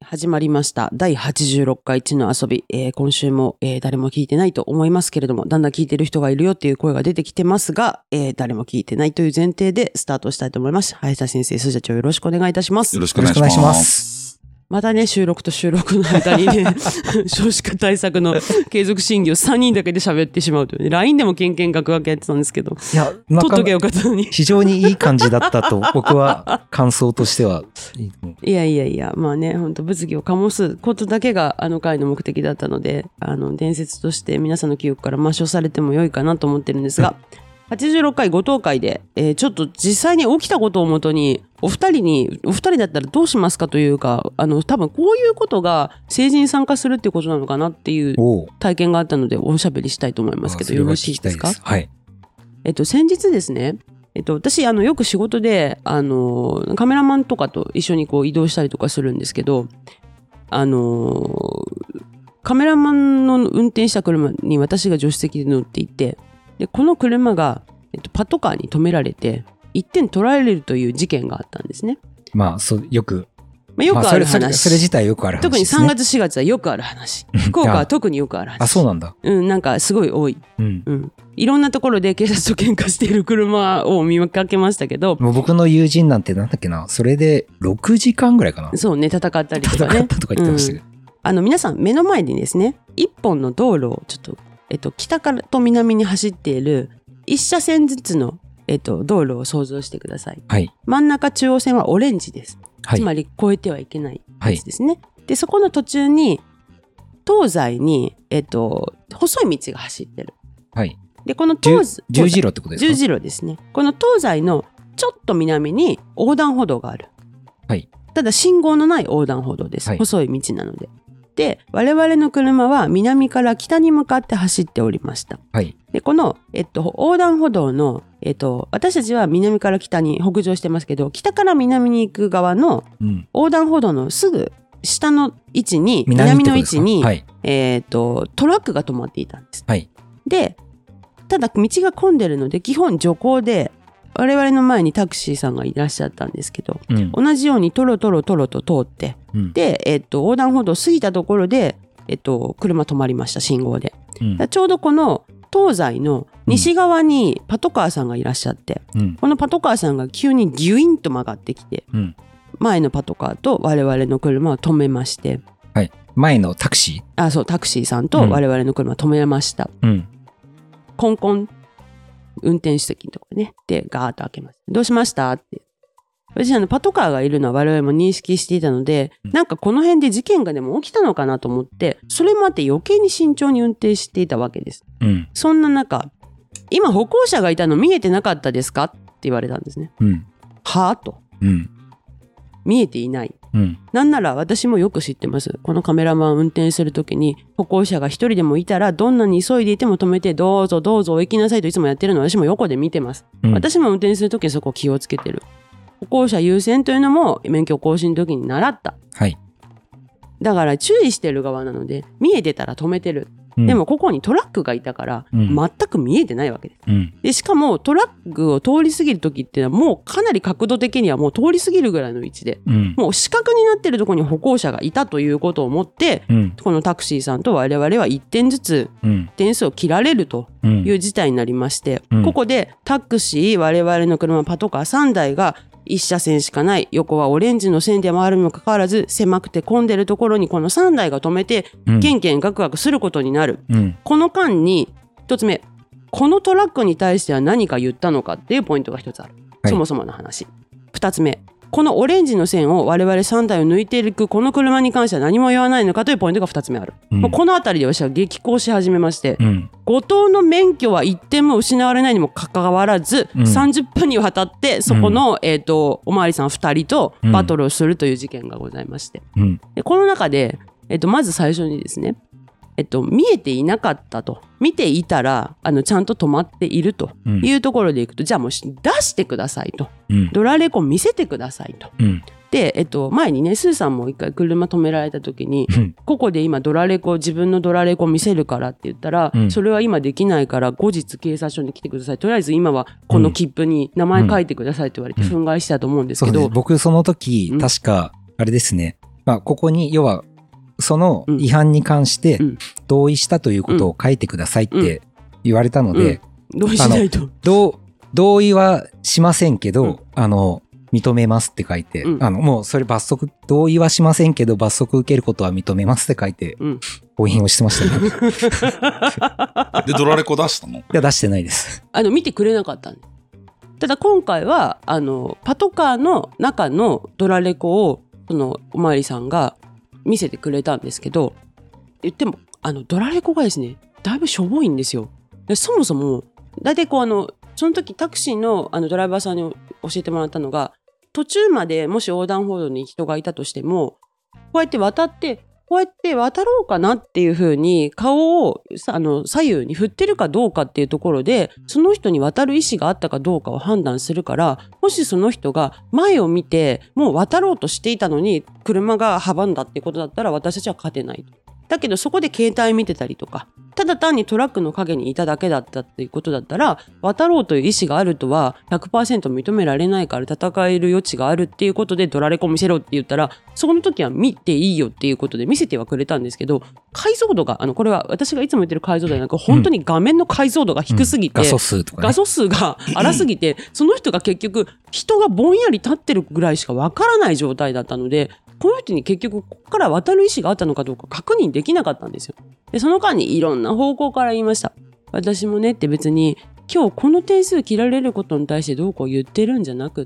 始まりました第86回地の遊び、今週も、誰も聞いてないと思いますけれども、だんだん聞いてる人がいるよっていう声が出てきてますが、誰も聞いてないという前提でスタートしたいと思います。林田先生、須社長、よろしくお願いいたします。 よろしくお願いします。 またね、収録と収録の間にね、少子化対策の継続審議を3人だけで喋ってしまうというね、LINE でもケンケンガクガクやってたんですけど、 いや、 撮っとけよかったのに。 非常にいい感じだったと、僕は感想としては。 いや、まあね、本当物議を醸すことだけがあの回の目的だったので、伝説として皆さんの記憶から抹消されても良いかなと思ってるんですが、86回ご当会で、ちょっと実際に起きたことをもとに、お二人だったらどうしますかというか、多分こういうことが政治に参加するっていうことなのかなっていう体験があったのでおしゃべりしたいと思いますけど、よろしいですか？ はい。 先日ですね、私よく仕事でカメラマンとかと一緒にこう移動したりとかするんですけど、カメラマンの運転した車に私が助手席で乗っていて、でこの車が、パトカーに止められて1点取られるという事件があったんですね。 まあそうよくある話、 それ自体よくある話特にですね。 3月4月はよくある話。福岡は特によくある話。 あ、そうなんだ。 なんかすごい多い。いろんなところで警察と喧嘩している車を見かけましたけど、 もう僕の友人なんてなんだっけな、それで6時間ぐらいかな。 そうね、戦ったりとかね。 戦ったとか言ってましたけど。 皆さん目の前にですね、一本の道路をちょっと、北からと南に走っている一車線ずつの、道路を想像してください。 はい。 真ん中中央線はオレンジです。 はい、 つまり越えてはいけないやつですね。はい、で、そこの途中に東西に、細い道が走ってる。はい。で、この十字路ってことですか？ 十字路ですね。この東西のちょっと南に横断歩道がある。はい。ただ信号のない横断歩道です。はい、細い道なので。で、我々の車は南から北に向かって走っておりました。はい。で、この、横断歩道の、私たちは南から北に北上してますけど、北から南に行く側の横断歩道のすぐ下の位置に、南の位置に、はい、トラックが止まっていたんです。はい。で、ただ道が混んでるので、基本徐行で、我々の前にタクシーさんがいらっしゃったんですけど、同じようにトロトロと通って、で、横断歩道を過ぎたところで、車止まりました、信号で。ちょうどこの東西の西側にパトカーさんがいらっしゃって、このパトカーさんが急にギュインと曲がってきて、前のパトカーと我々の車を止めまして、 はい、前のタクシー？ そう、タクシーさんと我々の車を止めました。コンコン。運転手席のところね。で、ガーッと開けます。どうしましたって。私パトカーがいるのは我々も認識していたので、なんかこの辺で事件がでも起きたのかなと思って、それもあって余計に慎重に運転していたわけです。そんな中、今歩行者がいたの見えてなかったですかって言われたんですね。はぁと。見えていない。なんなら私もよく知ってます。このカメラマン運転するときに歩行者が一人でもいたらどんなに急いでいても止めてどうぞお行きなさいといつもやってるのを私も横で見てます。私も運転するときにそこを気をつけてる。歩行者優先というのも免許更新のときに習った。はい。だから注意してる側なので見えてたら止めてる。でもここにトラックがいたから全く見えてないわけです。でしかもトラックを通り過ぎる時っていうのはもうかなり角度的にはもう通り過ぎるぐらいの位置で、もう死角になってるところに歩行者がいたということをもって、このタクシーさんと我々は1点ずつ点数を切られるという事態になりまして、ここでタクシー、我々の車、パトカー3台が一車線しかない、横はオレンジの線でもあるにもかかわらず狭くて混んでるところにこの3台が止めてケンケンガクガクすることになる、この間に一つ目、このトラックに対しては何か言ったのかっていうポイントが一つある、はい、そもそもの話。二つ目、このオレンジの線を我々3台を抜いていくこの車に関しては何も言わないのかというポイントが2つ目ある、もうこのあたりで私は激高し始めまして、後藤の免許は1点も失われないにもかかわらず、30分にわたってそこの、おまわりさん2人とバトルをするという事件がございまして、でこの中で、まず最初にですね、見えていなかったと、見ていたらちゃんと止まっているというところでいくと、じゃあもう出してくださいと、ドラレコ見せてくださいと、で、前にねスーさんも一回車止められた時に、ここで今ドラレコ、自分のドラレコ見せるからって言ったら、それは今できないから後日警察署に来てください、とりあえず今はこの切符に名前書いてくださいって言われて憤慨したと思うんですけど、 僕その時、確かあれですね、 まあ、ここに要はその違反に関して同意したということを書いてくださいって言われたので、 同意しないと同意はしませんけど、認めますって書いて、もうそれ罰則、同意はしませんけど罰則受けることは認めますって書いて、押印をしてましたね。 で、ドラレコ出したの？いや、出してないです。 見てくれなかったんで。ただ今回は、パトカーの中のドラレコを、おまわりさんが見せてくれたんですけど、言っても、ドラレコがですね、だいぶしょぼいんですよ。でそもそも、だいたいこうその時タクシーのドライバーさんに教えてもらったのが、途中までもし横断歩道に人がいたとしても、こうやって渡ろうかなっていう風に顔を左右に振ってるかどうかっていうところで、その人に渡る意思があったかどうかを判断するから、もしその人が前を見てもう渡ろうとしていたのに車が阻んだっていうことだったら私たちは勝てない。だけどそこで携帯見てたりとか、ただ単にトラックの陰にいただけだったっていうことだったら、渡ろうという意思があるとは 100% 認められないから戦える余地があるっていうことでドラレコ見せろって言ったら、その時は見ていいよっていうことで見せてはくれたんですけど、解像度がこれは私がいつも言ってる解像度ではなく、本当に画面の解像度が低すぎて、 画素数とかね、 画素数が荒すぎてその人が結局人がぼんやり立ってるぐらいしかわからない状態だったので、この人に結局ここから渡る意思があったのかどうか確認できなかったんですよ。でその間にいろんな方向から言いました。私もねって別に今日この点数切られることに対してどうこう言ってるんじゃなくって、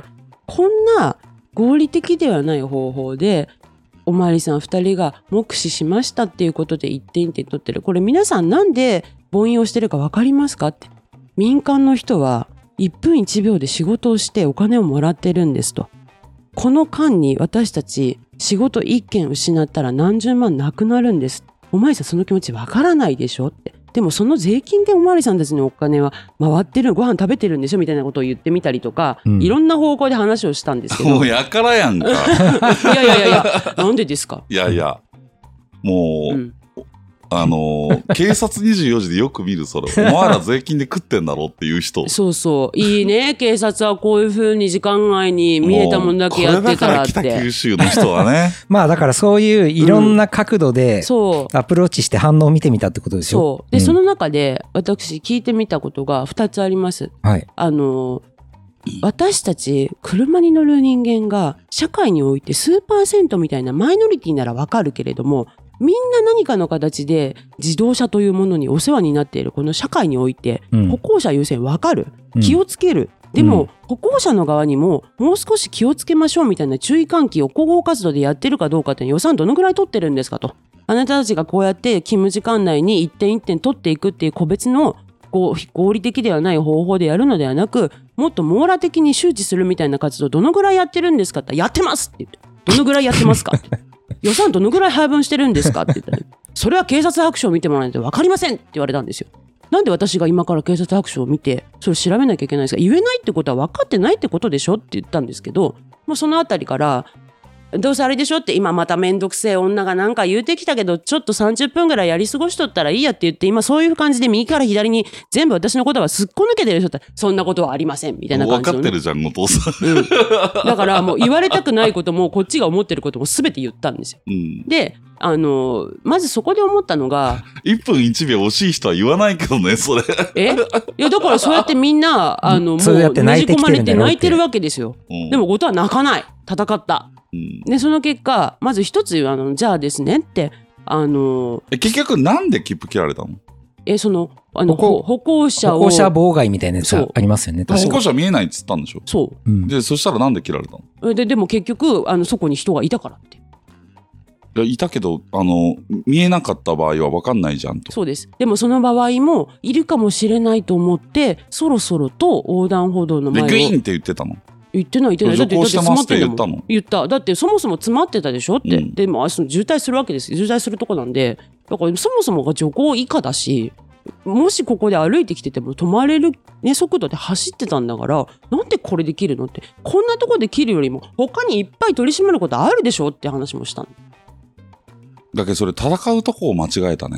こんな合理的ではない方法でおまわりさん2人が目視しましたっていうことで1点1点取ってる。これ皆さんなんで凡庸してるか分かりますかって。民間の人は1分1秒で仕事をしてお金をもらってるんですと。この間に私たち仕事1件失ったら何十万なくなるんです。おまわりさんその気持ちわからないでしょって。でもその税金でおまわりさんたちのお金は回ってる、ご飯食べてるんでしょみたいなことを言ってみたりとか、いろんな方向で話をしたんですけど。 もうやからやんか。 いや、なんでですか？ いや、もう、警察24時でよく見るそれ。お前ら税金で食ってんだろっていう人。 そうそう。いいね。警察はこういう風に時間外に見えたもんだけやってたらって。 これだから北九州の人はね。 まあだからそういういろんな角度でアプローチして反応を見てみたってことですよ。 そう。で、その中で私聞いてみたことが2つあります。 はい。 私たち車に乗る人間が社会において数%みたいなマイノリティならわかるけれども、みんな何かの形で自動車というものにお世話になっているこの社会において、歩行者優先わかる、気をつける、でも、歩行者の側にももう少し気をつけましょうみたいな注意喚起を広報活動でやってるかどうかって予算どのぐらい取ってるんですかと。あなたたちがこうやって勤務時間内に一点一点取っていくっていう個別の合理的ではない方法でやるのではなく、もっと網羅的に周知するみたいな活動どのぐらいやってるんですかってやってますって言って、どのぐらいやってますかって予算どのぐらい配分してるんですかって言ったら、それは警察白書を見てもらわないと分かりませんって言われたんですよ。なんで私が今から警察白書を見てそれを調べなきゃいけないんですか。言えないってことは分かってないってことでしょって言ったんですけど、もうそのあたりからどうせあれでしょって、今まためんどくせえ女がなんか言うてきたけどちょっと30分ぐらいやり過ごしとったらいいやって言って、今そういう感じで右から左に全部私のことはすっこ抜けてるでしょって、そんなことはありませんみたいな感じの、ね、 分かってるじゃんお父さん、 だからもう言われたくないこともこっちが思ってることも全て言ったんですよ、でまずそこで思ったのが 1分1秒惜しい人は言わないけどねそれ。 いやだからそうやってみんなもうねじ込まれて泣いてるわけですよ、でも後藤は泣かない、戦った、でその結果まず一つじゃあですねって結局なんで切符切られたの？ 歩行者妨害みたいなやつがありますよね。 歩行者見えないっつったんでしょ。 そう、 でそしたらなんで切られたの？ でも結局そこに人がいたからって。 いたけど見えなかった場合は分かんないじゃんと。 そうです。でもその場合もいるかもしれないと思ってそろそろと横断歩道の前をでグイーンって言ってたの？ 言ってない。だって詰まってんだもん。 言った。だってそもそも詰まってたでしょって、でも渋滞するわけです。渋滞するとこなんで、だからそもそもが徐行以下だし、もしここで歩いてきてても止まれる、ね、速度で走ってたんだから、なんでこれで切るのって、こんなとこで切るよりも他にいっぱい取り締まることあるでしょって話もしたの。 だけどそれ戦うとこを間違えたね。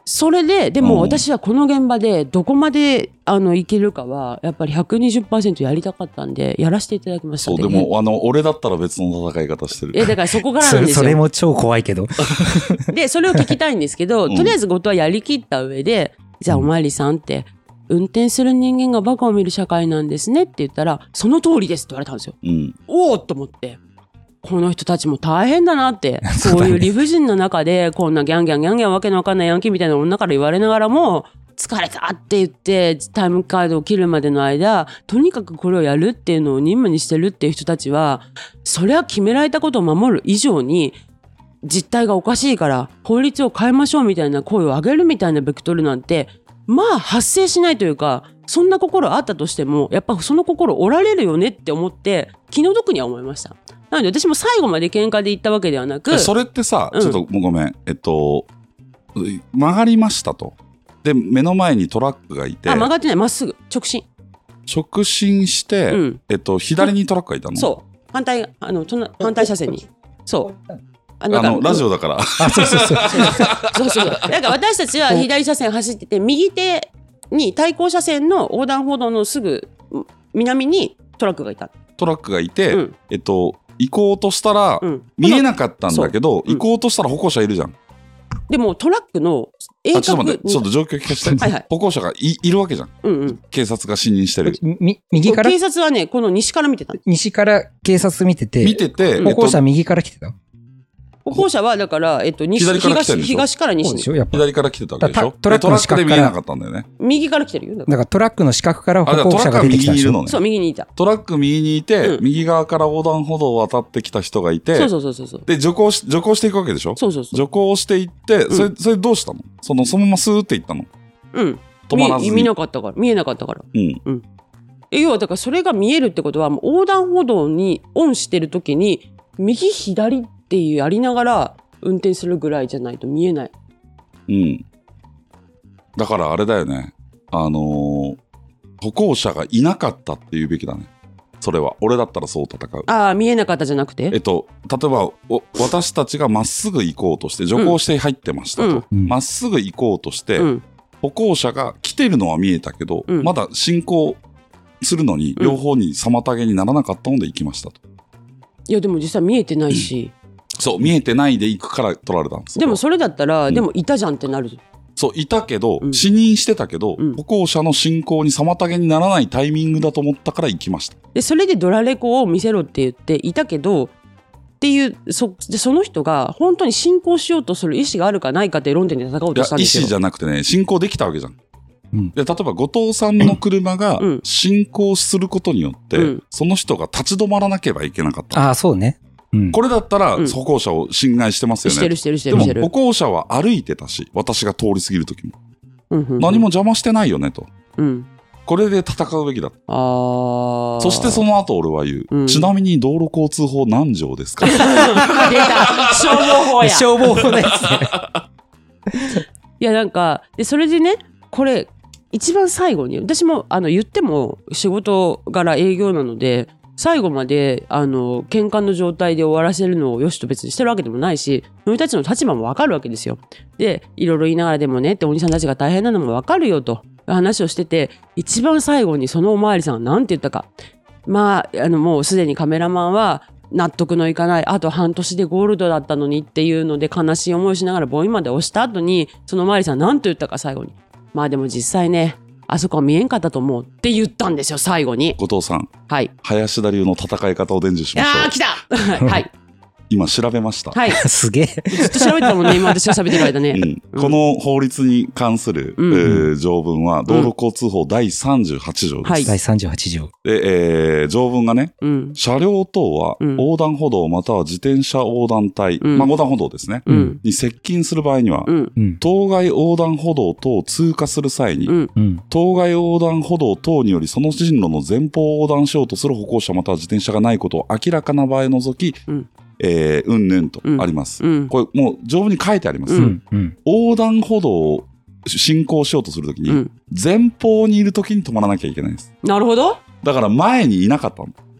それで、でも私はこの現場でどこまでいけるかは、やっぱり 120% やりたかったんで、やらせていただきました。 そう、でも、俺だったら別の戦い方してる。 だからそこからなんですよ。 それも超怖いけど。 で、それを聞きたいんですけど、とりあえず後藤はやりきった上で、じゃあおまわりさんって、運転する人間がバカを見る社会なんですねって言ったら、その通りですって言われたんですよ。おおっと思って。この人たちも大変だなって、こういう理不尽な中で、こんなギャンギャンわけのわかんないヤンキーみたいな女から言われながらも、疲れたって言って、タイムカードを切るまでの間、とにかくこれをやるっていうのを任務にしてるっていう人たちは、それは決められたことを守る以上に、実態がおかしいから法律を変えましょうみたいな声を上げるみたいなベクトルなんて、まあ発生しないというか、そんな心あったとしても、やっぱその心おられるよねって思って、気の毒には思いました。なので私も最後まで喧嘩で言ったわけではなく。 それってさ、ちょっとごめん。曲がりましたと。で、目の前にトラックがいて。 曲がってない、まっすぐ、直進。 直進して、左にトラックがいたの？ そう。反対車線に。そう。 ラジオだから。 そう。なんか私たちは左車線走ってて、右手に対向車線の横断歩道のすぐ南にトラックがいた。 トラックがいて、行こうとしたら、見えなかったんだけど、行こうとしたら歩行者いるじゃん。 でもトラックのちょっと待って、ちょっと状況聞かせて。歩行者がいるわけじゃん。警察が侵入してる。 右から警察はね、この西から見てた。 西から警察見てて、歩行者右から来てた。 歩行者はだから東から西に。 左から来てたわけでしょ。 トラックで見えなかったんだよね。 右から来てるよ。 だからトラックの死角から歩行者が出てきたでしょ。 そう、右にいた。 トラック右にいて、右側から横断歩道を渡ってきた人がいて、 そう。 で、徐行していくわけでしょ。 そう。 徐行していって、それどうしたの？そのままスーっていったの？止まらずに。 見えなかったから。要はだからそれが見えるってことは、もう横断歩道にオンしてる時に、右左ってやりながら、運転するぐらいじゃないと見えない。 だからあれだよね。歩行者がいなかったって言うべきだね。それは。俺だったらそう戦う。 見えなかったじゃなくて？ 例えば、私たちがまっすぐ行こうとして、徐行して入ってましたと。まっすぐ行こうとして、歩行者が来てるのは見えたけど、まだ進行するのに、両方に妨げにならなかったので行きましたと。 いや、でも実際見えてないし。 そう、見えてないで行くから取られたんです。 でもそれだったら、でもいたじゃんってなる。 そう、いたけど、視認してたけど、歩行者の進行に妨げにならないタイミングだと思ったから行きました。 で、それでドラレコを見せろって言っていたけど、っていう、その人が本当に進行しようとする意思があるかないかって論点で戦おうとしたんですよ。 意思じゃなくてね、進行できたわけじゃん。で、例えば後藤さんの車が進行することによって、その人が立ち止まらなければいけなかった。 そうね。 これだったら歩行者を侵害してますよね。 してる。 でも歩行者は歩いてたし、私が通り過ぎる時も、何も邪魔してないよねと。これで戦うべきだ。そしてその後俺は言う。ちなみに道路交通法何条ですか？出た。 消防法や。 消防法のやつね。 いやなんかでそれでね、これ一番最後に私も言っても仕事柄営業なので。最後まで喧嘩の状態で終わらせるのをよしと別にしてるわけでもないし、俺たちの立場も分かるわけですよ。でいろいろ言いながらでもねって、お兄さんたちが大変なのも分かるよと話をしてて、一番最後にそのおまわりさんは何て言ったか。もうすでにカメラマンは納得のいかない、あと半年でゴールドだったのにっていうので悲しい思いしながらボインまで押した後に、そのおまわりさんは何と言ったか最後に。でも実際ね、あそこは見えんかったと思うって言ったんですよ、最後に。 後藤さん。 はい。 林田流の戦い方を伝授しましょう。 来たはい。 今調べました。 はい。 すげえ。 ずっと調べてたもんね、今私が喋ってる間ね。 この法律に関する、条文は、道路交通法第38条です。 第38条。 で、条文がね、車両等は横断歩道または自転車横断帯、横断歩道ですね、に接近する場合には、当該横断歩道等を通過する際に、当該横断歩道等によりその進路の前方を横断しようとする歩行者または自転車がないことを明らかな場合を除き、うんぬんとあります。これもう条文に書いてあります。横断歩道を進行しようとするときに、前方にいるときに止まらなきゃいけないんです。 なるほど。 だから前にいなかったの。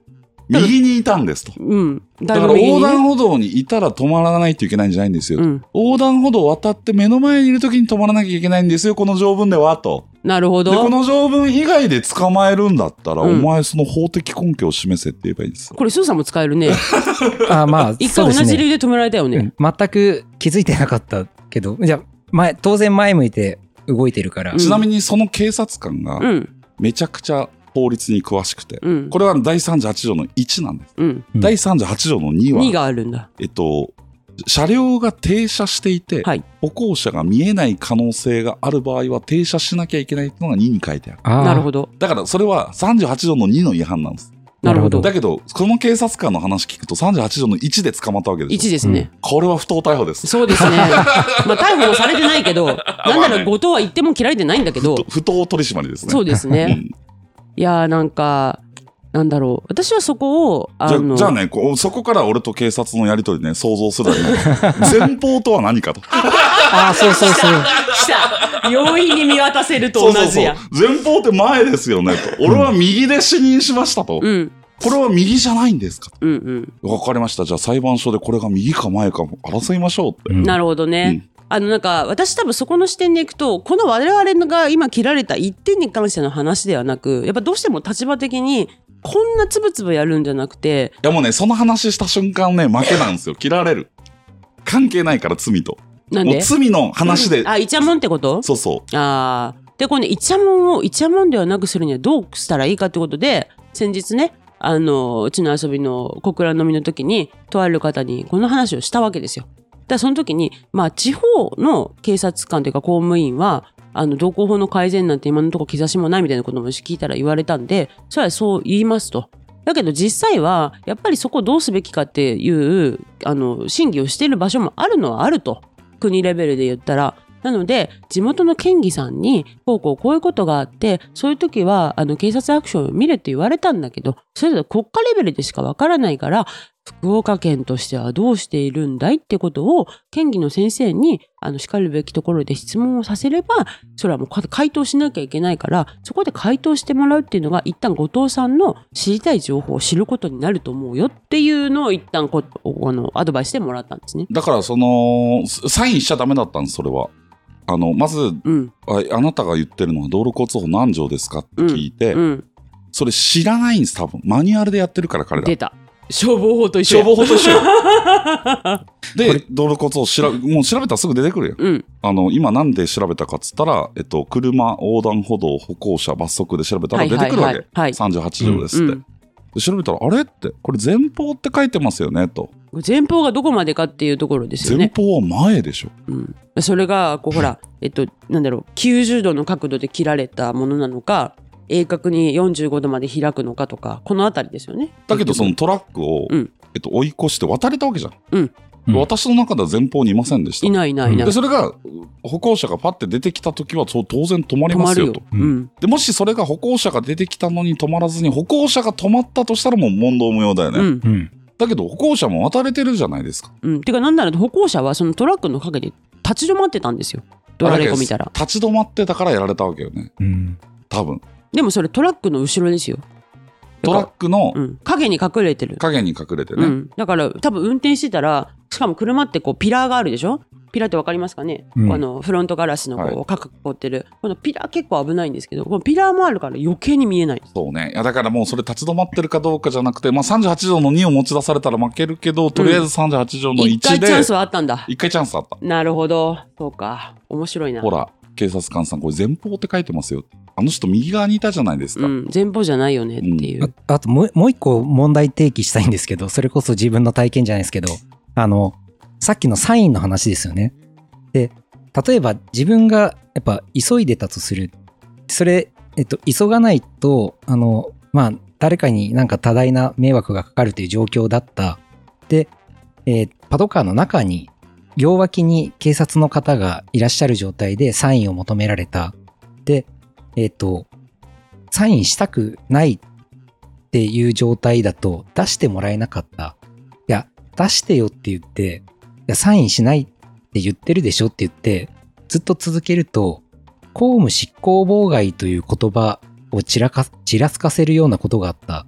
右にいたんですと。だから横断歩道にいたら止まらないといけないんじゃないんですよ。横断歩道を渡って目の前にいる時に止まらなきゃいけないんですよ、この条文では、と。 なるほど。 で、この条文以外で捕まえるんだったら、お前その法的根拠を示せって言えばいいんです。 これ、スーさんも使えるね。 まあ、 一回同じ理由で止められたよね。 全く気づいてなかったけど、じゃあ、当然前向いて動いてるから。 ちなみにその警察官が、めちゃくちゃ法律に詳しくて、これは第38条の1なんです。第38条の2は、 2があるんだ。 車両が停車していて、歩行者が見えない可能性がある場合は停車しなきゃいけないっていうのが2に書いてある。 なるほど。 だからそれは38条の2の違反なんです。 なるほど。 だけど、この警察官の話聞くと38条の1で捕まったわけですよ。 1ですね。 これは不当逮捕です。 そうですね。まあ逮捕もされてないけど、なんなら後藤は言っても切られてないんだけど。 不当取締りですね。 そうですね。いやーなんか、なんだろう。私はそこを、 じゃあね、そこから俺と警察のやりとりね、想像するだけ前方とは何かと。 そう。来た。容易に見渡せると同じや。 前方って前ですよね、と。俺は右で視認しましたと。これは右じゃないんですかと。わかりました。じゃあ裁判所でこれが右か前か争いましょうって。 なるほどね。なんか私多分そこの視点でいくと、この我々が今切られた一点に関しての話ではなく、やっぱどうしても立場的にこんなつぶつぶやるんじゃなくて、 いやもうね、その話した瞬間ね、負けなんですよ。切られる。関係ないから罪と。 なんで？ もう罪の話で。 イチャモンってこと？ そうそう。 でこのイチャモンをイチャモンではなくするにはどうしたらいいかってことで、先日ね、うちの遊びの小倉飲みの時にとある方にこの話をしたわけですよ。だその時に、地方の警察官というか公務員は道交法の改善なんて今のところ兆しもないみたいなことも聞いたら言われたんで、それはそう言いますと。だけど実際はやっぱりそこをどうすべきかっていう審議をしている場所もあるのはあると、国レベルで言ったら。なので地元の県議さんにこういうことがあって、そういう時は警察アクションを見れって言われたんだけど、それぞれ国家レベルでしかわからないから、福岡県としてはどうしているんだいってことを県議の先生にしかるべきところで質問をさせれば、それはもう回答しなきゃいけないから、そこで回答してもらうっていうのが一旦後藤さんの知りたい情報を知ることになると思うよっていうのを一旦アドバイスしてもらったんですね。 だからサインしちゃダメだったんです。それはまず、あなたが言ってるのは道路交通法何条ですかって聞いて、それ知らないんです。多分マニュアルでやってるから彼ら。 出た。消防法と一緒。 消防法と一緒。で、道路交通法もう調べたらすぐ出てくるよ。今なんで調べたかっつったら、車、横断歩道、歩行者、罰則で調べたら出てくるわけ。38条ですって。で調べたら、あれって、これ前方って書いてますよね、と。 前方がどこまでかっていうところですよね。 前方は前でしょ。 それが、ほら、なんだろう、90度の角度で切られたものなのか、鋭角に45度まで開くのかとか、このあたりですよね。 だけどそのトラックを、追い越して渡れたわけじゃん。私の中では前方にいませんでした。 いないでそれが歩行者がパッて出てきた時は当然止まりますよと。でもしそれが歩行者が出てきたのに止まらずに歩行者が止まったとしたらもう問答無用だよね。だけど歩行者も渡れてるじゃないですか。 てかなんなら歩行者はそのトラックの陰で立ち止まってたんですよ。ドラレコ見たら立ち止まってたからやられたわけよね。多分。 でもそれトラックの後ろですよ。 トラックの、 影に隠れてる。 影に隠れてね。 だから多分運転してたら、しかも車ってピラーがあるでしょ。ピラーってわかりますかね、フロントガラスの囲ってる、このピラー結構危ないんですけど、このピラーもあるから余計に見えない。 そうね。いやだからもうそれ立ち止まってるかどうかじゃなくて、38条の2を持ち出されたら負けるけど、とりあえず38条の1で。 1回チャンスはあったんだ。 1回チャンスあった。 なるほど。そうか。面白いな。 ほら、警察官さん、これ前方って書いてますよ。あの人右側にいたじゃないですか。 前方じゃないよねっていう。 あともう一個問題提起したいんですけど、それこそ自分の体験じゃないですけど、さっきのサインの話ですよね。で、例えば自分がやっぱ急いでたとする。それ、急がないと、誰かになんか多大な迷惑がかかるという状況だった。で、パトカーの中に、両脇に警察の方がいらっしゃる状態でサインを求められた。で、サインしたくないっていう状態だと出してもらえなかった。いや、出してよって言って、いや、サインしないって言ってるでしょって言って、ずっと続けると、公務執行妨害という言葉をちらつかせるようなことがあった。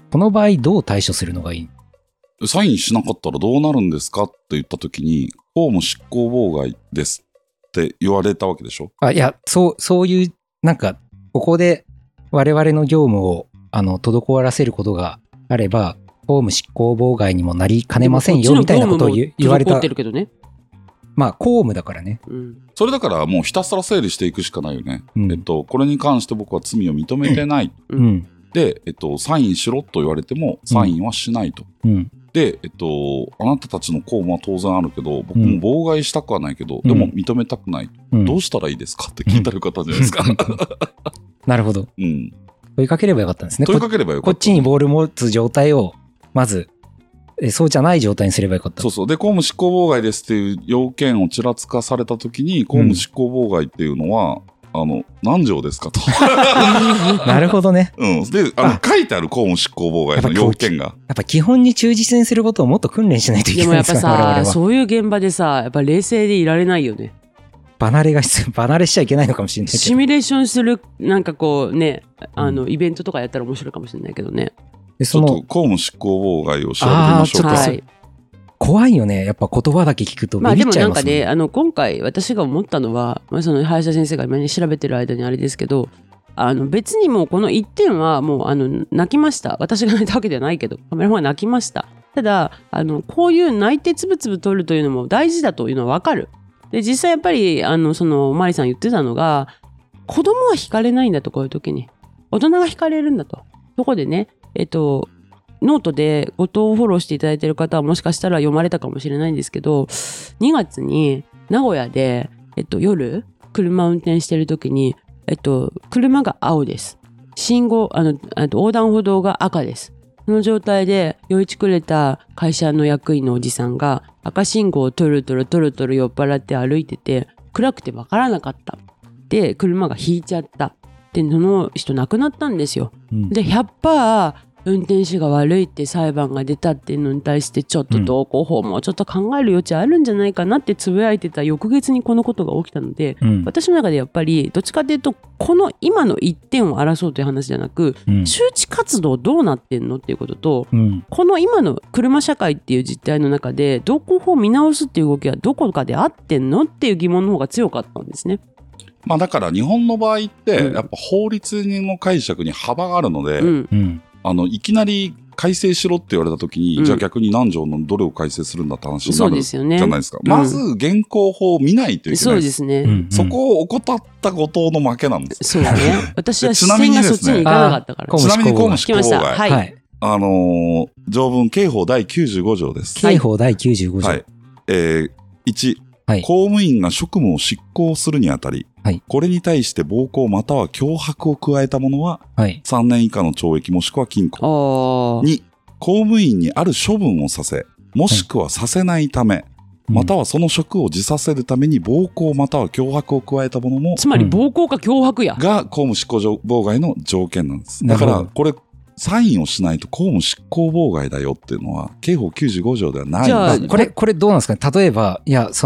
この場合どう対処するのがいい？ サインしなかったらどうなるんですかって言った時に、公務執行妨害ですって言われたわけでしょ？ いや、そういう、なんか、ここで我々の業務を、滞らせることがあれば、公務執行妨害にもなりかねませんよ、みたいなことを言われた。 ってるけどね。 まあ、公務だからね。 それだからもうひたすら整理していくしかないよね。これに関して僕は罪を認めてない。で、サインしろと言われても、サインはしないと。で、あなたたちの公務は当然あるけど、僕も妨害したくはないけど、でも認めたくない。どうしたらいいですかって聞いたらよかったじゃないですか。 なるほど。問いかければよかったんですね。 問いかければよかった。 こっちにボール持つ状態を、まず、そうじゃない状態にすればよかった。 そうそう。で、公務執行妨害ですっていう要件をちらつかされたときに、公務執行妨害っていうのは、何条ですかと。 なるほどね。 で、書いてある公務執行妨害の要件が。 やっぱ基本に忠実にすることをもっと訓練しないといけないんですか？ でもやっぱさ、そういう現場でさ、やっぱ冷静でいられないよね。 離れしちゃいけないのかもしれないけど。 シミュレーションする、なんかこうね、イベントとかやったら面白いかもしれないけどね。 ちょっと公務執行妨害を調べてみましょうか。 怖いよね。やっぱ言葉だけ聞くとビビっちゃいますね。 でもなんかね、今回私が思ったのは、その林田先生が今ね調べてる間にあれですけど、別にもうこの1点はもう泣きました。私が泣いたわけではないけど、カメラマンが泣きました。ただこういう泣いてつぶつぶ取るというのも大事だというのは分かる。で実際やっぱりそのマリさん言ってたのが、子供は惹かれないんだと、こういう時に大人が惹かれるんだと。そこでねノートで後藤をフォローしていただいている方はもしかしたら読まれたかもしれないんですけど、2月に名古屋で、夜車を運転している時に、車が青です。信号横断歩道が赤です。その状態で酔いちくれた会社の役員のおじさんが赤信号をトルトル酔っ払って歩いてて、暗くて分からなかった。で車が引いちゃった。でその人亡くなったんですよ。で 100% 運転手が悪いって裁判が出たっていうのに対して、ちょっと道交法もちょっと考える余地あるんじゃないかなってつぶやいてた翌月にこのことが起きたので、私の中でやっぱりどっちかというと、この今の一点を争うという話じゃなく、周知活動どうなってんのっていうことと、この今の車社会っていう実態の中で道交法を見直すっていう動きはどこかで合ってんのっていう疑問の方が強かったんですね。 まあだから日本の場合ってやっぱ法律の解釈に幅があるので、いきなり改正しろって言われたときに、じゃあ逆に何条のどれを改正するんだって話になるじゃないですか。まず現行法を見ないといけない。 そうですね。 そこを怠った後藤の負けなんです。 そうね。私は視線がそっちに行かなかったから。 ちなみに公務執行妨害。 はい。 条文刑法第95条です。 刑法第95条。 はい。1、公務員が職務を執行するにあたり、これに対して暴行または脅迫を加えた者は、3年以下の懲役もしくは禁錮。2、公務員にある処分をさせ、もしくはさせないため、またはその職を辞させるために暴行または脅迫を加えた者も、 つまり暴行か脅迫や。 が公務執行妨害の条件なんです。だから、これ、サインをしないと公務執行妨害だよっていうのは、刑法95条ではない。 じゃあ、これどうなんですかね。例えば、いや、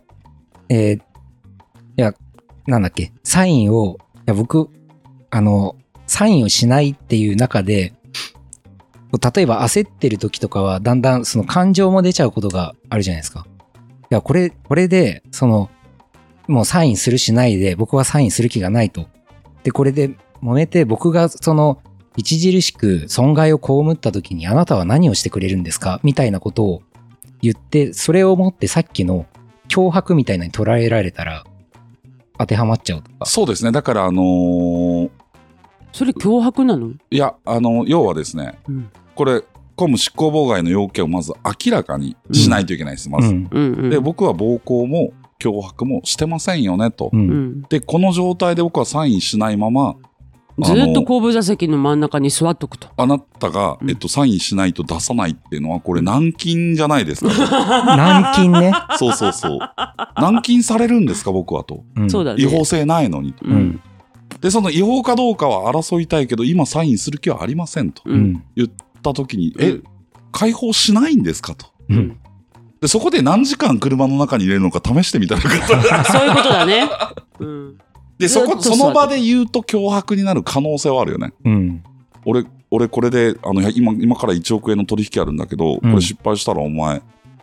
なんだっけ、サインを、僕、サインをしないっていう中で、例えば焦ってる時とかは、だんだんその感情も出ちゃうことがあるじゃないですか。いや、これで、もうサインするしないで、僕はサインする気がないと。で、これで揉めて、僕が著しく損害を被った時に、あなたは何をしてくれるんですかみたいなことを言って、それをもってさっきの脅迫みたいなに捉えられたら、当てはまっちゃうとか。 そうですね。だからそれ脅迫なの？ いや、要はですね、これ、公務執行妨害の要件をまず明らかにしないといけないです、まず。で、僕は暴行も脅迫もしてませんよね、と。で、この状態で僕はサインしないまま、 ずっと後部座席の真ん中に座っとくと。 あなたが、サインしないと出さないっていうのは、これ軟禁じゃないですか。 軟禁ね。 そうそうそう。軟禁されるんですか、僕はと。 そうだね。 違法性ないのにと。で、その違法かどうかは争いたいけど、今サインする気はありませんと。言ったときに、解放しないんですかと。で、そこで何時間車の中に入れるのか試してみたらよかった。 そういうことだね。 で、その場で言うと脅迫になる可能性はあるよね。俺、 俺これで今から1億円の取引あるんだけど、これ失敗したらお前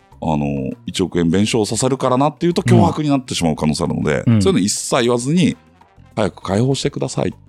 1億円弁償させるからなっていうと脅迫になってしまう可能性あるので、そういうの一切言わずに早く解放してください。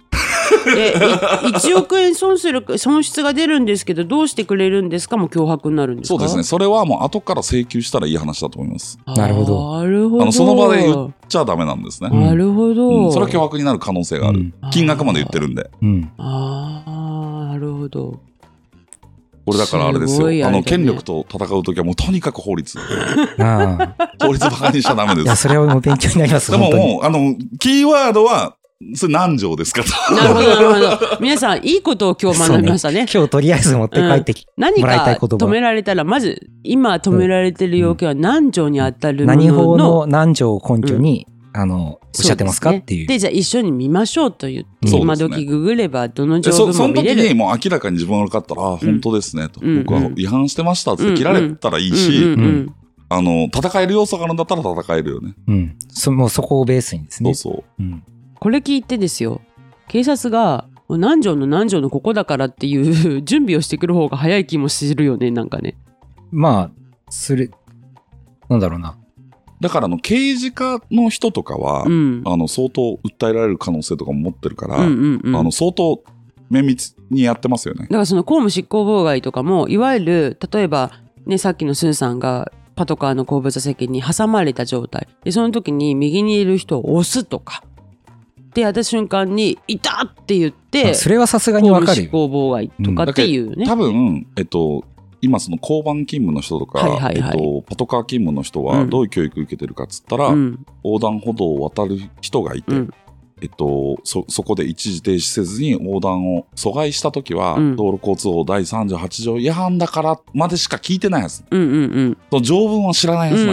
1億円損失が出るんですけどどうしてくれるんですかも脅迫になるんですか。 そうですね。それはもう後から請求したらいい話だと思います。 なるほど。 なるほど。 その場で言っちゃダメなんですね。 なるほど、 それは脅迫になる可能性がある。金額まで言ってるんで。 なるほど。 これだからあれですよ。権力と戦うときはもうとにかく法律。法律バカにしちゃダメです。 いや、それはもう勉強になります。 でももう、キーワードは、それ何条ですかと。 なるほど、なるほど。皆さん、いいことを今日学びましたね。 今日とりあえず持って帰ってきてもらいたい言葉。 何か止められたら、まず、今止められてる要件は何条に当たるものの、 何法の何条を根拠に、おっしゃってますかっていう。 で、じゃあ一緒に見ましょうと言って、今時ググればどの条文も見れる。 その時にもう明らかに自分が分かったら、本当ですねと。僕は違反してましたって切られたらいいし、戦える要素があるんだったら戦えるよね。 もうそこをベースにですね。 そう。 これ聞いてですよ。警察が何条の何条のここだからっていう準備をしてくる方が早い気もするよね、なんかね。 まあ、なんだろうな。 だから刑事課の人とかは、相当訴えられる可能性とかも持ってるから、相当綿密にやってますよね。 だからその公務執行妨害とかも、いわゆる例えばね、さっきのスーさんがパトカーの後部座席に挟まれた状態で、その時に右にいる人を押すとかってやった瞬間にいたって言って、 それはさすがにわかるよ。 公務執行妨害とかっていうね。 多分今その交番勤務の人とか、パトカー勤務の人はどういう教育を受けてるかっつったら、横断歩道を渡る人がいて、そこで一時停止せずに横断を阻害したときは、道路交通法第38条違反だからまでしか聞いてないはず。その条文は知らないはずない。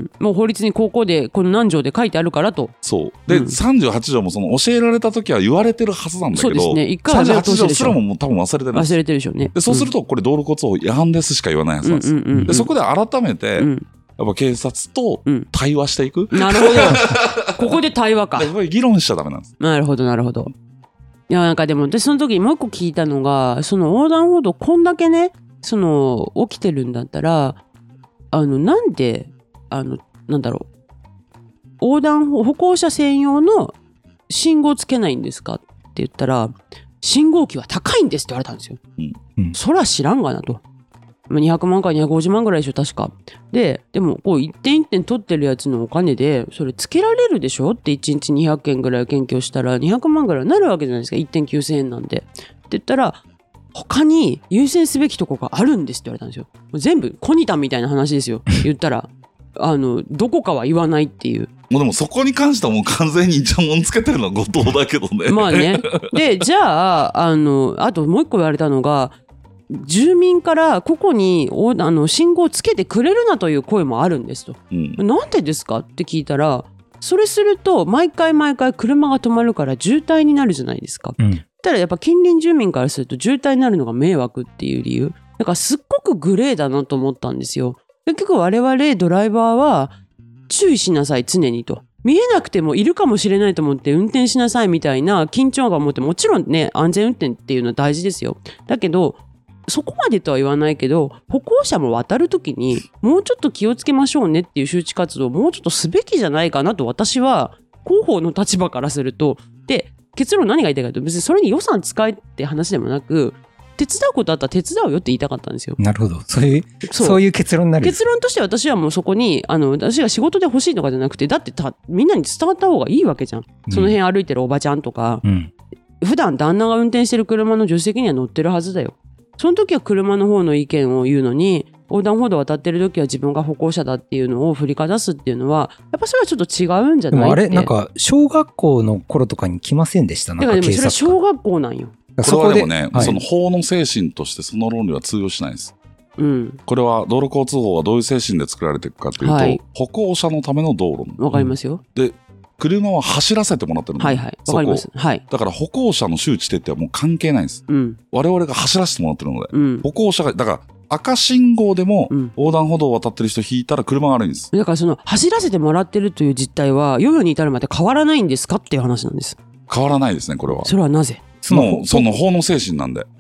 もう法律にここでこの何条で書いてあるからと。 そうで、38条もその教えられたときは言われてるはずなんだけど、 そうですね、一回は 38条すらも多分忘れてる。 忘れてるでしょうね。 でそうするとこれ道路交通法違反ですしか言わないはずなんです。でそこで改めて、やっぱ警察と対話していく、 なるほど。ここで対話か。 これ議論しちゃダメなんです。 なるほどなるほど。いやなんかでも私その時にもう一個聞いたのが、その横断歩道こんだけね起きてるんだったらなんでなんだろう、歩行者専用の信号つけないんですかって言ったら、信号機は高いんですって言われたんですよ。そら知らんがなと。200万から250万ぐらいでしょ確か。でもこう一点一点取ってるやつのお金でそれつけられるでしょって、1日200件ぐらい検挙したら200万ぐらいになるわけじゃないですか。 1.9000 円なんでって言ったら、他に優先すべきとこがあるんですって言われたんですよ。全部コニタンみたいな話ですよ言ったらどこかは言わないっていう。 もうでもそこに関してはもう完全にイチャモンつけてるのは後藤だけどね。 まあね。でじゃああともう一個言われたのが、住民から個々に信号をつけてくれるなという声もあるんですと、なんでですかって聞いたら、それすると毎回車が止まるから渋滞になるじゃないですか。ただやっぱ近隣住民からすると渋滞になるのが迷惑っていう理由だから、すっごくグレーだなと思ったんですよ。結局我々ドライバーは注意しなさい常にと、見えなくてもいるかもしれないと思って運転しなさいみたいな緊張感を持って、もちろんね安全運転っていうのは大事ですよ。だけどそこまでとは言わないけど、歩行者も渡るときにもうちょっと気をつけましょうねっていう周知活動をもうちょっとすべきじゃないかなと、私は広報の立場からすると。で結論何が言いたいかというと、別にそれに予算使えって話でもなく、手伝うことあったら手伝うよって言いたかったんですよ。 なるほど。そういう結論になる。 結論として私はもうそこに私が仕事で欲しいとかじゃなくて、だってみんなに伝わった方がいいわけじゃん。その辺歩いてるおばちゃんとか、普段旦那が運転してる車の助手席には乗ってるはずだよ。その時は車の方の意見を言うのに、横断歩道を渡ってる時は自分が歩行者だっていうのを振りかざすっていうのは、やっぱそれはちょっと違うんじゃないって。でもあれなんか小学校の頃とかに来ませんでした？ だからでもそれは小学校なんよ。 これはでもね、その法の精神としてその論理は通用しないです。これは道路交通法はどういう精神で作られていくかというと、歩行者のための道路。 わかりますよ。 で車は走らせてもらってるの。 わかります。 だから歩行者の周知徹底はもう関係ないんです。我々が走らせてもらってるので、歩行者がだから赤信号でも横断歩道を渡ってる人引いたら車が悪いんです。 だからその走らせてもらってるという実態は世々に至るまで変わらないんですかっていう話なんです。 変わらないですね、これは。 それはなぜ？ その法の精神なんで。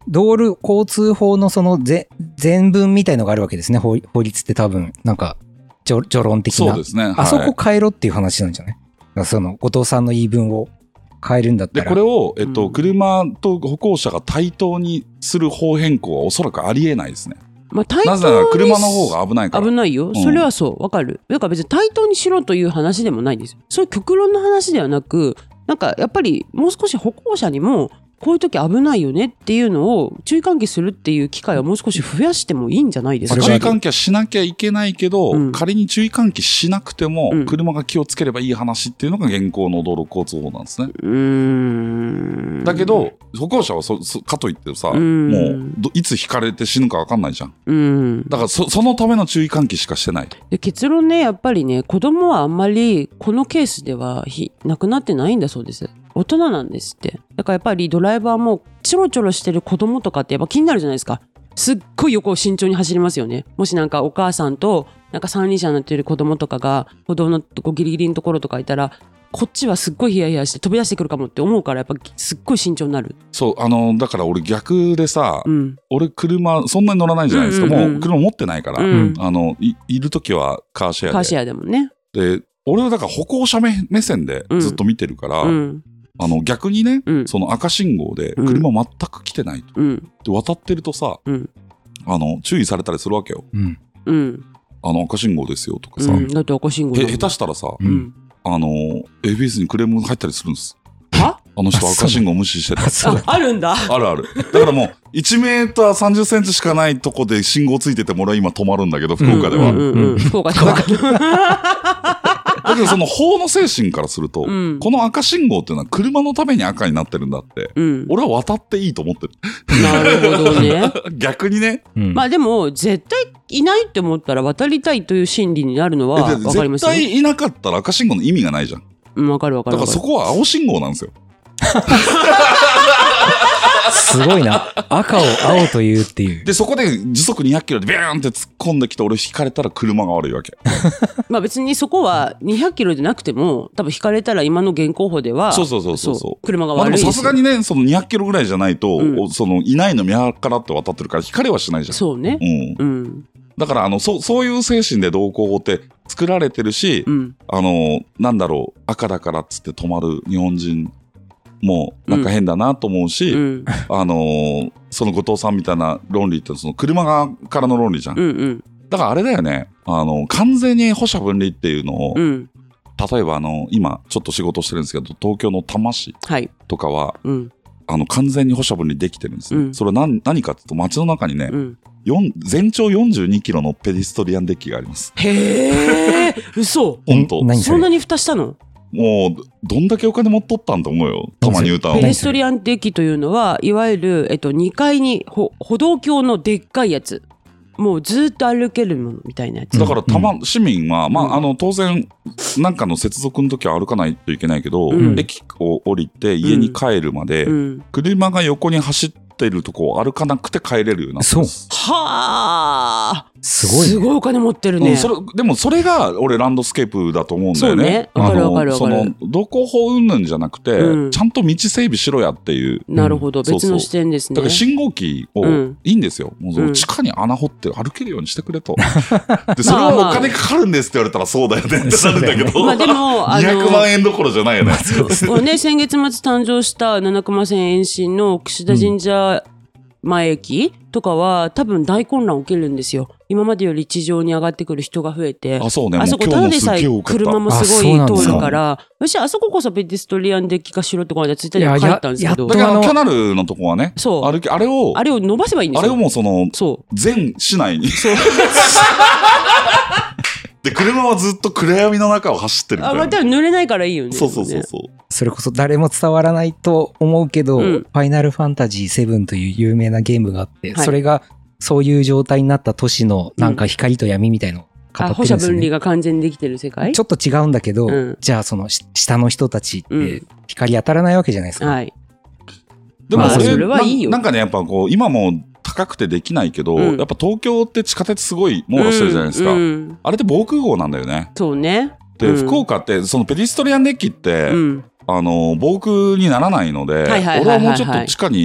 道路交通法のその全文みたいのがあるわけですね。法律って多分、なんか、序論的な。 そうですね。はい、 あそこ変えろっていう話なんじゃない？その、後藤さんの言い分を変えるんだったら。 で、これを、車と歩行者が対等にする法変更はおそらくありえないですね。 まあ、対等になぜなら車の方が危ないから。 危ないよ。それはそう。わかる。だから別に対等にしろという話でもないんですよ。そういう極論の話ではなく、なんかやっぱりもう少し歩行者にもこういう時危ないよねっていうのを注意喚起するっていう機会をもう少し増やしてもいいんじゃないですか。 注意喚起はしなきゃいけないけど、仮に注意喚起しなくても、車が気をつければいい話っていうのが現行の道路交通法なんですね。だけど歩行者はかといってさ、もういつ引かれて死ぬか分かんないじゃん。だからそのための注意喚起しかしてない。 で結論ね、やっぱりね、子供はあんまりこのケースでは亡くなってないんだそうです。大人なんですって。だからやっぱりドライバーもちょろちょろしてる子供とかってやっぱ気になるじゃないですか。すっごい横を慎重に走りますよね。もしなんかお母さんとなんか三輪車になってる子供とかが歩道のギリギリのところとかいたら、こっちはすっごいヒヤヒヤして飛び出してくるかもって思うから、やっぱすっごい慎重になる。 そうだから俺逆でさ、俺車そんなに乗らないじゃないですか。もう車持ってないから、いる時はカーシェアで。 カーシェアでもね。で俺はだから歩行者目線でずっと見てるから、逆にね、その赤信号で車全く来てないと、で渡ってるとさ、注意されたりするわけよ。赤信号ですよとかさ、 だって赤信号下手したらさ、ABS にクレーム入ったりするんです。あの人赤信号無視してた。 あるんだ。 あるある。だからもう1メーター30センチしかないとこで信号ついてても俺は今止まるんだけど、福岡では。 福岡では。 だけどその法の精神からすると、この赤信号っていうのは車のために赤になってるんだって、俺は渡っていいと思ってる。 なるほどね。 逆にね。 まあでも絶対いないって思ったら渡りたいという心理になるのは分かりますよ。 絶対いなかったら赤信号の意味がないじゃん。 分かる分かる。 だからそこは青信号なんですよ。 すごいな。赤を青というっていう。 で、そこで時速200キロでビューンって突っ込んできて俺引かれたら車が悪いわけ。 まあ別にそこは200キロでなくても多分引かれたら今の現行法ではそう車が悪いですよ。 さすがにね、その200キロぐらいじゃないと、そのいないの見計らって渡ってるから引かれはしないじゃん。 そうね。 だからそういう精神で道交法って作られてるし、なんだろう、赤だからっつって止まる日本人もうなんか変だなと思うし、その後藤さんみたいな論理ってその車側からの論理じゃん。だからあれだよね、完全に歩車分離っていうのを、例えば今ちょっと仕事してるんですけど、東京の多摩市とかは、完全に歩車分離できてるんですね。それは何かっていうと、街の中にね、全長42キロのペデストリアンデッキがあります。 へー、嘘。 本当。 そんなに蓋したの？ もうどんだけお金持っとったんと思うよ。たまに歌う。 ペデストリアンデッキというのはいわゆる2階に歩道橋のでっかいやつ。もうずっと歩けるものみたいなやつ。 だから市民は、当然なんかの接続の時は歩かないといけないけど、駅を降りて家に帰るまで、車が横に走ってるとこを歩かなくて帰れるようになってます。 はあ。 すごい、ね。 すごいお金持ってるね。 でもそれが俺ランドスケープだと思うんだよね。 そうね。わかるわかるわかる。 道交法云々じゃなくて、ちゃんと道整備しろやっていう。 なるほど、別の視点ですね。 だから信号機を、いいんですよ。もう地下に穴掘って歩けるようにしてくれと。で、それはお金かかるんですって言われたらそうだよねってなるんだけど。 でも、 200万円どころじゃないよね。 先月末誕生した七熊線延伸の櫛田神社前駅とかは多分大混乱起きるんですよ。今までより地上に上がってくる人が増えて、あそこただでさえ車もすごい通るから、私あそここそペデストリアンデッキ化しろってこの間ツイッターで書いたんですけど、 だからキャナルのとこはね、あれを伸ばせばいいんですよ。 あれをもう全市内にで車はずっと暗闇の中を走ってるみたいな。 また濡れないからいいよね。 そう。 それこそ誰も伝わらないと思うけど、ファイナルファンタジー7という有名なゲームがあって、それがそういう状態になった都市のなんか光と闇みたいのを語ってるんですよね。 歩車分離が完全にできてる世界？ ちょっと違うんだけど、じゃあその下の人たちって光当たらないわけじゃないですか。はい。 でもそれはいいよ。なんかね、やっぱこう今も高くてできないけど、やっぱ東京って地下鉄すごい網羅してるじゃないですか。あれって防空壕なんだよね。 そうね。 で、福岡ってそのペデストリアンデッキって、防空にならないので、俺はもうちょっと地下に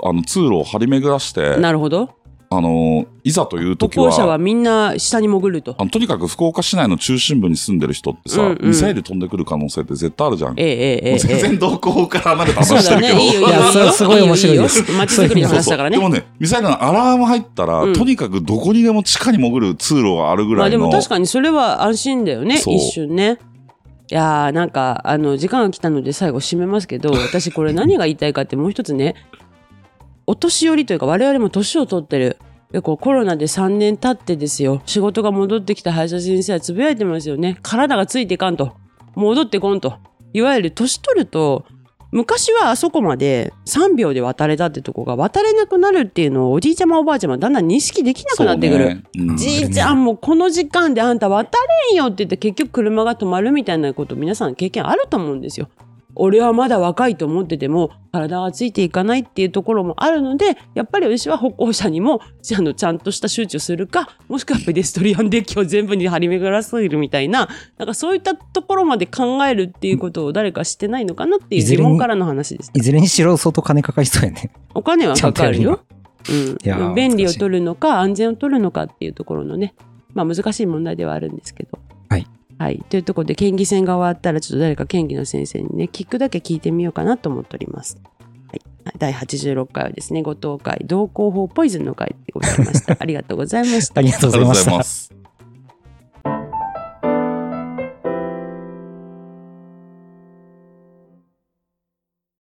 通路を張り巡らして、 なるほど。 いざという時は、 歩行者はみんな下に潜ると。 とにかく福岡市内の中心部に住んでる人ってさ、ミサイル飛んでくる可能性って絶対あるじゃん。全然動向から離れた話してるけど。 いや、 すごい面白いです。 街づくりの話だからね。 でもね、ミサイルのアラーム入ったら、とにかくどこにでも地下に潜る通路があるぐらいの。 まあでも確かにそれは安心だよね、一瞬ね。いやーなんか時間が来たので最後締めますけど、私これ何が言いたいかってもう一つね、お年寄りというか我々も年を取ってる。コロナで3年経ってですよ、仕事が戻ってきた歯医者先生はつぶやいてますよね。体がついていかんと、戻ってこんと。いわゆる年取ると、昔はあそこまで3秒で渡れたってとこが渡れなくなるっていうのをおじいちゃまおばあちゃまだんだん認識できなくなってくる、じいちゃんもこの時間であんた渡れんよって言って結局車が止まるみたいなこと皆さん経験あると思うんですよ。俺はまだ若いと思ってても体がついていかないっていうところもあるので、やっぱり私は歩行者にもちゃんとした周知をするか、もしくはペデストリアンデッキを全部に張り巡らせるみたいな、なんかそういったところまで考えるっていうことを誰かしてないのかなっていう疑問からの話です。 いずれにしろ相当金かかりそうやね。 お金はかかるよ。便利を取るのか安全を取るのかっていうところのね、まあ難しい問題ではあるんですけど。はい、というところで県議選が終わったらちょっと誰か県議の先生にね聞くだけ聞いてみようかなと思っております。はい、第86回はですね、ご当会道交法ポイズンの会でございました。ありがとうございました。 ありがとうございました。